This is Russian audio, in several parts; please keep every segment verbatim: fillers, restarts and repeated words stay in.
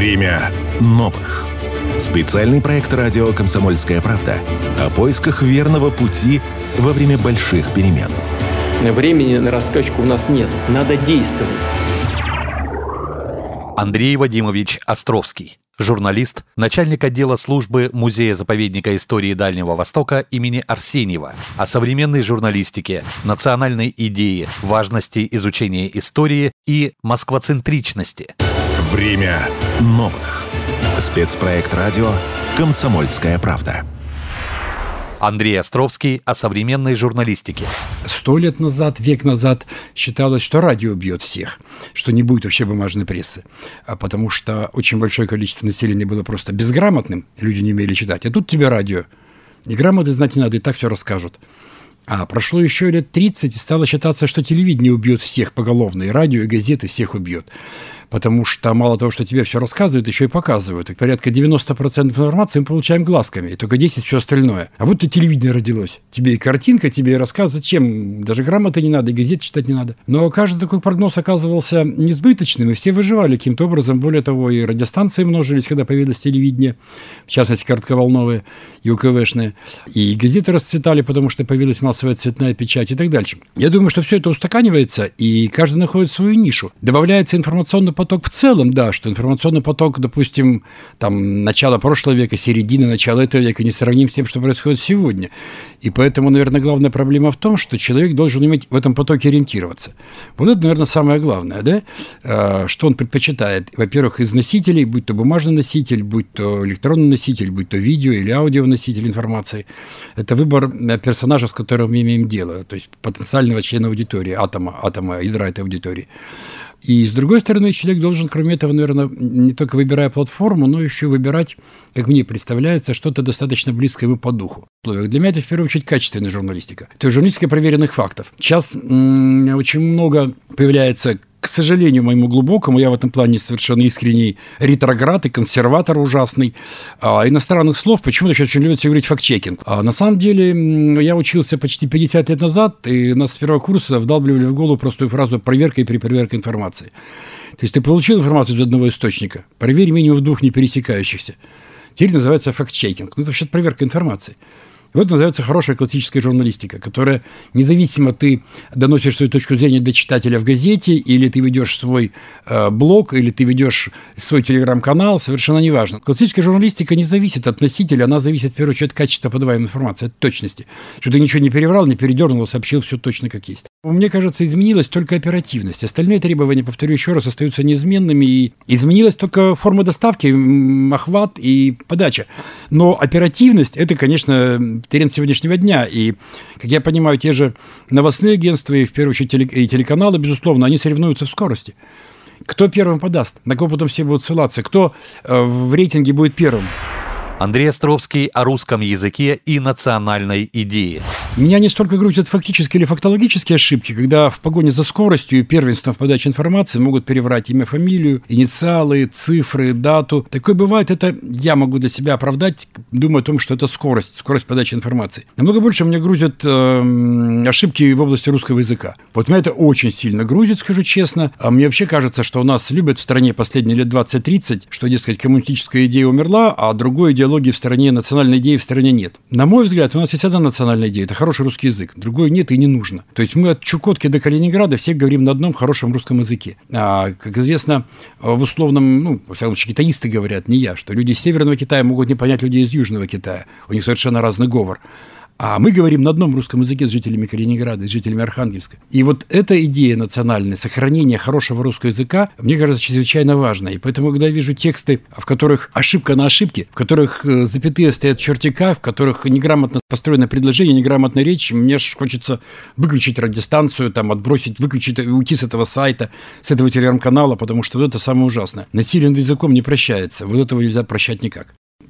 Время новых. Специальный проект радио «Комсомольская правда» о поисках верного пути во время больших перемен. Времени на раскачку у нас нет. Надо действовать. Андрей Вадимович Островский. Журналист, начальник отдела службы Музея-заповедника истории Дальнего Востока имени Арсеньева о современной журналистике, национальной идее, важности изучения истории и москвоцентричности. Время новых. Спецпроект радио «Комсомольская правда». Андрей Островский о современной журналистике. Сто лет назад, век назад считалось, что радио убьет всех, что не будет вообще бумажной прессы, а потому что очень большое количество населения было просто безграмотным, люди не умели читать. А тут тебе радио. И грамоты знать не надо, и так все расскажут. А прошло еще лет тридцать, и стало считаться, что телевидение убьет всех поголовно, и радио, и газеты всех убьет. Потому что мало того, что тебе все рассказывают, еще и показывают. И порядка девяносто процентов информации мы получаем глазками, и только десять процентов все остальное. А вот и телевидение родилось. Тебе и картинка, тебе и рассказ. Зачем? Даже грамоты не надо, и газет читать не надо. Но каждый такой прогноз оказывался несбыточным, и все выживали каким-то образом. Более того, и радиостанции множились, когда появилось телевидение, в частности, коротковолновые и УКВшные. И газеты расцветали, потому что появилась массовая цветная печать и так дальше. Я думаю, что все это устаканивается, и каждый находит свою нишу. Добавляется информационный поток в целом, да, что информационный поток, допустим, там, начало прошлого века, середина, начало этого века не сравним с тем, что происходит сегодня. И поэтому, наверное, главная проблема в том, что человек должен уметь в этом потоке ориентироваться. Вот это, наверное, самое главное, да, что он предпочитает. Во-первых, из носителей, будь то бумажный носитель, будь то электронный носитель, будь то видео или аудионоситель информации. Это выбор персонажа, с которым мы имеем дело, то есть потенциального члена аудитории, атома, атома, ядра этой аудитории. И, с другой стороны, человек должен, кроме этого, наверное, не только выбирая платформу, но еще выбирать, как мне представляется, что-то достаточно близкое ему по духу. Для меня это, в первую очередь, качественная журналистика. То есть журналистика проверенных фактов. Сейчас м- очень много появляется, к сожалению, моему глубокому, я в этом плане совершенно искренний ретроград и консерватор ужасный, а, иностранных слов, почему-то сейчас очень любят все говорить факт-чекинг. А на самом деле я учился почти пятьдесят лет назад, и нас с первого курса вдалбливали в голову простую фразу «проверка и перепроверка информации». То есть ты получил информацию из одного источника, проверь минимум в двух не пересекающихся. Теперь называется факт-чекинг. Ну, это вообще проверка информации. Вот называется хорошая классическая журналистика, которая, независимо ты доносишь свою точку зрения до читателя в газете, или ты ведешь свой э, блог, или ты ведешь свой телеграм-канал, совершенно неважно. Классическая журналистика не зависит от носителя, она зависит, в первую очередь, от качества подаваемой информации, от точности. Что ты ничего не переврал, не передернул, сообщил все точно как есть. Мне кажется, изменилась только оперативность. Остальные требования, повторю еще раз, остаются неизменными, и изменилась только форма доставки, охват и подача. Но оперативность – это, конечно, тренд сегодняшнего дня. И, как я понимаю, те же новостные агентства и, в первую очередь, теле- и телеканалы, безусловно, они соревнуются в скорости. Кто первым подаст? На кого потом все будут ссылаться? Кто э, в рейтинге будет первым? Андрей Островский о русском языке и национальной идее. Меня не столько грузят фактические или фактологические ошибки, когда в погоне за скоростью и первенством в подаче информации могут переврать имя, фамилию, инициалы, цифры, дату. Такое бывает, это я могу для себя оправдать, думая о том, что это скорость, скорость подачи информации. Намного больше меня грузят э, ошибки в области русского языка. Вот меня это очень сильно грузит, скажу честно. А мне вообще кажется, что у нас любят в стране последние лет двадцать-тридцать, что, дескать, коммунистическая идея умерла, а другой идеологии в стране, национальной идеи в стране нет. На мой взгляд, у нас есть одна национальная идея – это хороший русский язык. Другой нет и не нужно. То есть мы от Чукотки до Калининграда все говорим на одном хорошем русском языке. А, как известно, в условном, ну, во всяком случае, китаисты говорят, не я, что люди из Северного Китая могут не понять людей из Южного Китая. У них совершенно разный говор. А мы говорим на одном русском языке с жителями Калининграда, с жителями Архангельска. И вот эта идея национальная, сохранение хорошего русского языка, мне кажется, чрезвычайно важна. И поэтому, когда я вижу тексты, в которых ошибка на ошибке, в которых запятые стоят чертика, в которых неграмотно построено предложение, неграмотная речь, мне ж хочется выключить радиостанцию, там, отбросить, выключить, уйти с этого сайта, с этого телеграм-канала, потому что вот это самое ужасное. Насилие над языком не прощается. Вот этого нельзя прощать никак.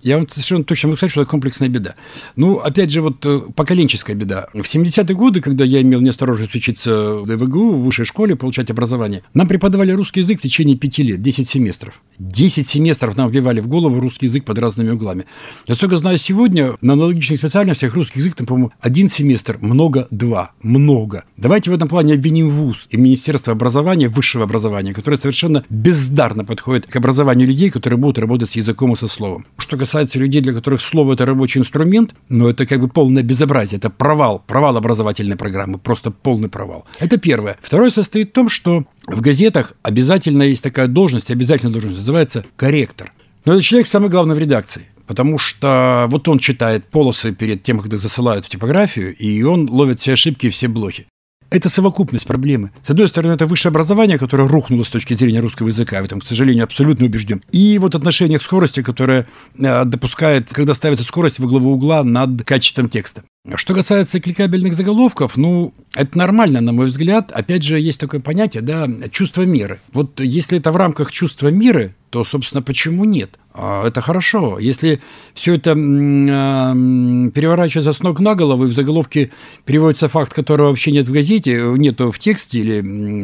Я вам совершенно точно могу сказать, что это комплексная беда. Ну, опять же, вот поколенческая беда. В семидесятые годы, когда я имел неосторожность учиться в ВГУ, в высшей школе, получать образование, нам преподавали русский язык в течение пяти лет, десять семестров. десять семестров нам вбивали в голову русский язык под разными углами. Я только знаю, сегодня на аналогичных специальностях русский язык, там, по-моему, один семестр, много, два, много. Давайте в этом плане обвиним ВУЗ и Министерство образования, высшего образования, которое совершенно бездарно подходит к образованию людей, которые будут работать с языком и со словом. Что касается людей, для которых слово – это рабочий инструмент, но это как бы полное безобразие, это провал, провал образовательной программы, просто полный провал. Это первое. Второе состоит в том, что в газетах обязательно есть такая должность, обязательно должность, называется корректор. Но этот человек самый главный в редакции. Потому что вот он читает полосы перед тем, когда засылают в типографию, и он ловит все ошибки и все блохи. Это совокупность проблемы. С одной стороны, это высшее образование, которое рухнуло с точки зрения русского языка, в этом, к сожалению, абсолютно убежден. И вот отношение к скорости, которое э, допускает, когда ставится скорость во главу угла над качеством текста. Что касается кликабельных заголовков, ну, это нормально, на мой взгляд. Опять же, есть такое понятие, да, чувство меры. Вот если это в рамках чувства меры, то, собственно, почему нет? Это хорошо. Если все это переворачивается с ног на голову, и в заголовке переводится факт, которого вообще нет в газете, нету в тексте, или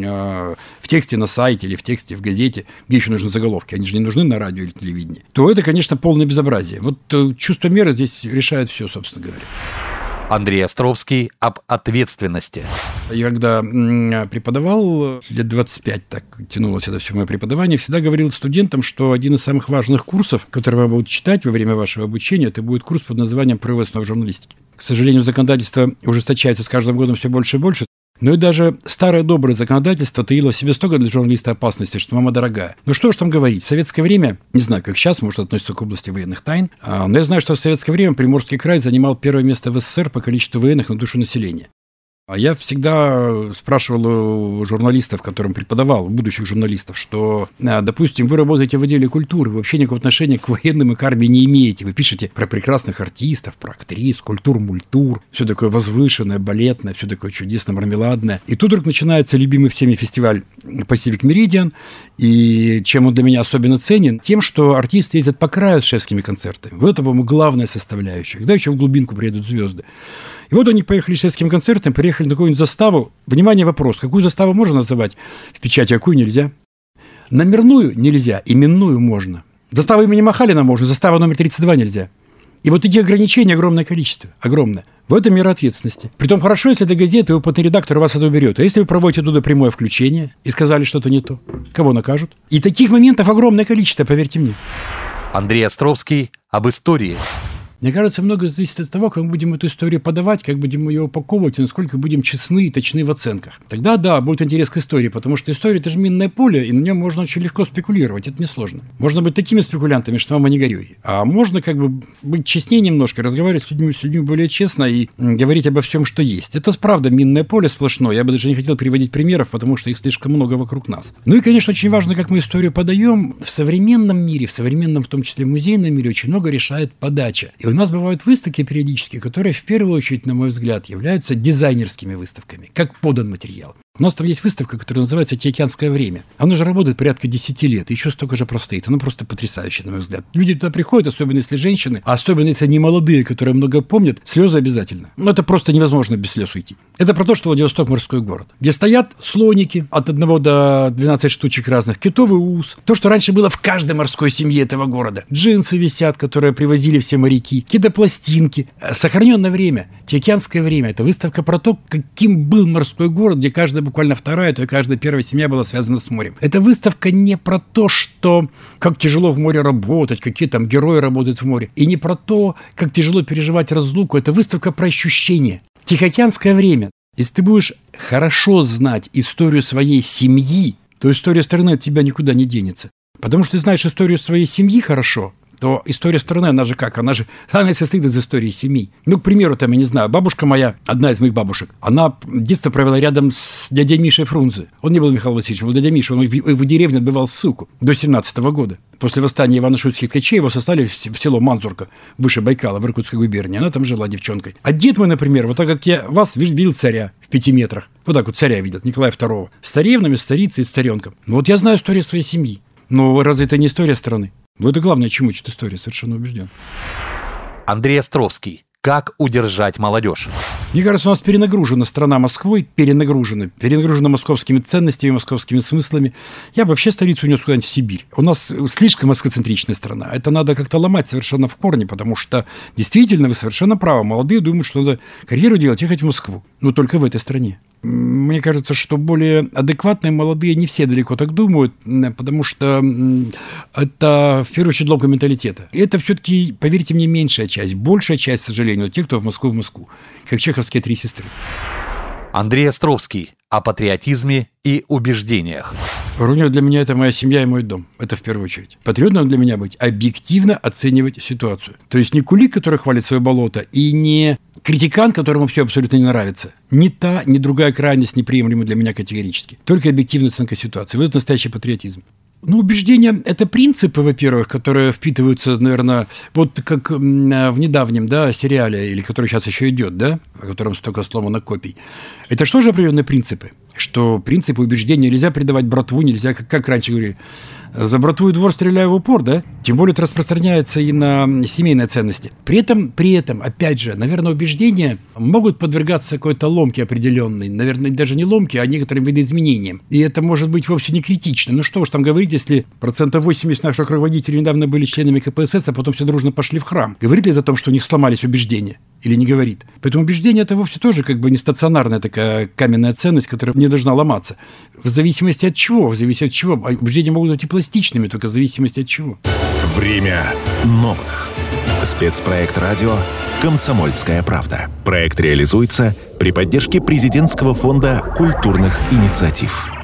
в тексте на сайте, или в тексте в газете, где еще нужны заголовки, они же не нужны на радио или телевидении, то это, конечно, полное безобразие. Вот чувство меры здесь решает все, собственно говоря. Андрей Островский об ответственности. Я когда преподавал, лет двадцать пять так тянулось это все мое преподавание, всегда говорил студентам, что один из самых важных курсов, которые вы будете читать во время вашего обучения, это будет курс под названием «Правовые основы журналистики». К сожалению, законодательство ужесточается с каждым годом все больше и больше. Но и даже старое доброе законодательство таило в себе столько для журналиста опасности, что мама дорогая. Ну что ж там говорить, в советское время, не знаю, как сейчас, может, относится к области военных тайн, но я знаю, что в советское время Приморский край занимал первое место в СССР по количеству военных на душу населения. А я всегда спрашивал у журналистов, которым преподавал, будущих журналистов, что, допустим, вы работаете в отделе культуры, вы вообще никакого отношения к военным и к армии не имеете. Вы пишете про прекрасных артистов, про актрис, культур-мультур, все такое возвышенное, балетное, все такое чудесно мармеладное. И тут вдруг начинается любимый всеми фестиваль Pacific Meridian. И чем он для меня особенно ценен? Тем, что артисты ездят по краю с шефскими концертами. Вот это, по-моему, главная составляющая. Когда еще в глубинку приедут звезды. И вот они поехали с шведским концертом, приехали на какую-нибудь заставу. Внимание, вопрос. Какую заставу можно называть в печати, а какую нельзя? Номерную нельзя, именную можно. Заставу имени Махалина можно, застава номер тридцать два нельзя. И вот такие ограничения огромное количество. Огромное. В этом мера ответственности. Притом хорошо, если это газета, и опытный редактор вас это уберет. А если вы проводите туда прямое включение и сказали что-то не то, кого накажут? И таких моментов огромное количество, поверьте мне. Андрей Островский об истории. Мне кажется, многое зависит от того, как мы будем эту историю подавать, как будем ее упаковывать и насколько будем честны и точны в оценках. Тогда, да, будет интерес к истории, потому что история – это же минное поле, и на нем можно очень легко спекулировать, это несложно. Можно быть такими спекулянтами, что мама не горюй. А можно как бы быть честнее немножко, разговаривать с людьми, с людьми более честно и говорить обо всем, что есть. Это, правда, минное поле сплошное. Я бы даже не хотел приводить примеров, потому что их слишком много вокруг нас. Ну и, конечно, очень важно, как мы историю подаем. В современном мире, в современном, в том числе музейном мире, очень много решает подача. И у нас бывают выставки периодически, которые в первую очередь, на мой взгляд, являются дизайнерскими выставками, как подан материал. У нас там есть выставка, которая называется «Тихоокеанское время». Она уже работает порядка десяти лет, и еще столько же простоит. Она просто потрясающая, на мой взгляд. Люди туда приходят, особенно если женщины, а особенно если они молодые, которые много помнят, слезы обязательно. Но это просто невозможно без слез уйти. Это про то, что Владивосток – морской город, где стоят слоники от одного до двенадцати штучек разных, китовый ус, то, что раньше было в каждой морской семье этого города. Джинсы висят, которые привозили все моряки, какие-то пластинки. Сохраненное время, Тихоокеанское время – это выставка про то, каким был морской город, где каждый буквально вторая, то и каждая первая семья была связана с морем. Эта выставка не про то, что как тяжело в море работать, какие там герои работают в море, и не про то, как тяжело переживать разлуку. Это выставка про ощущения. Тихоокеанское время. Если ты будешь хорошо знать историю своей семьи, то история страны от тебя никуда не денется. Потому что ты знаешь историю своей семьи хорошо, то история страны, она же как? Она же она состоит из истории семей. Ну, к примеру, там, я не знаю, бабушка моя, одна из моих бабушек, она детство провела рядом с дядей Мишей Фрунзе. Он не был Михаил Васильевич, был дядя Миша, он в, в деревне отбывал ссылку до семнадцатого года. После восстания Ивано-Шуйских ткачей его сослали в село Манзурка, выше Байкала, в Иркутской губернии. Она там жила девчонкой. А дед мой, например, вот так как я вас видел царя в пяти метрах, вот так вот царя видел, Николая второго, с царевнами, с царицей и с царенком. Ну вот я знаю историю своей семьи. Но разве это не история страны? Вот это главное, чему учит история, совершенно убежден. Андрей Островский. Как удержать молодежь? Мне кажется, у нас перенагружена страна Москвой, перенагружена, перенагружена московскими ценностями, московскими смыслами. Я бы вообще столицу унес куда-нибудь в Сибирь. У нас слишком москоцентричная страна. Это надо как-то ломать совершенно в корне, потому что действительно вы совершенно правы. Молодые думают, что надо карьеру делать, ехать в Москву. Но только в этой стране. Мне кажется, что более адекватные молодые не все далеко так думают, потому что это, в первую очередь, ломка менталитета. И это все-таки, поверьте мне, меньшая часть. Большая часть, к сожалению, те, кто в Москву, в Москву. Как чеховские «Три сестры». Андрей Островский. О патриотизме и убеждениях. Рунет для меня – это моя семья и мой дом. Это в первую очередь. Патриотом для меня быть – объективно оценивать ситуацию. То есть не кулик, который хвалит свое болото, и не критикан, которому все абсолютно не нравится. Ни та, ни другая крайность неприемлема для меня категорически. Только объективная оценка ситуации. Вот это настоящий патриотизм. Ну, убеждения – это принципы, во-первых, которые впитываются, наверное, вот как в недавнем, да, сериале, или который сейчас еще идет, да, о котором столько сломано копий. Это что же определенные принципы? Что принципы убеждения нельзя предавать братву, нельзя, как, как раньше говорили, за братву и двор стреляю в упор, да? Тем более это распространяется и на семейные ценности. При этом, при этом, опять же, наверное, убеждения могут подвергаться какой-то ломке определенной. Наверное, даже не ломке, а некоторым видоизменениям. И это может быть вовсе не критично. Ну что уж там говорить, если процентов восемьдесят наших руководителей недавно были членами ка пэ эс эс, а потом все дружно пошли в храм. Говорит ли это о том, что у них сломались убеждения? Или не говорит? Поэтому убеждение – это вовсе тоже как бы не стационарная такая каменная ценность, которая не должна ломаться. В зависимости от чего? В зависимости от чего? Убеждения могут быть и пластичными, только в зависимости от чего. Время новых. Спецпроект радио «Комсомольская правда». Проект реализуется при поддержке президентского фонда культурных инициатив.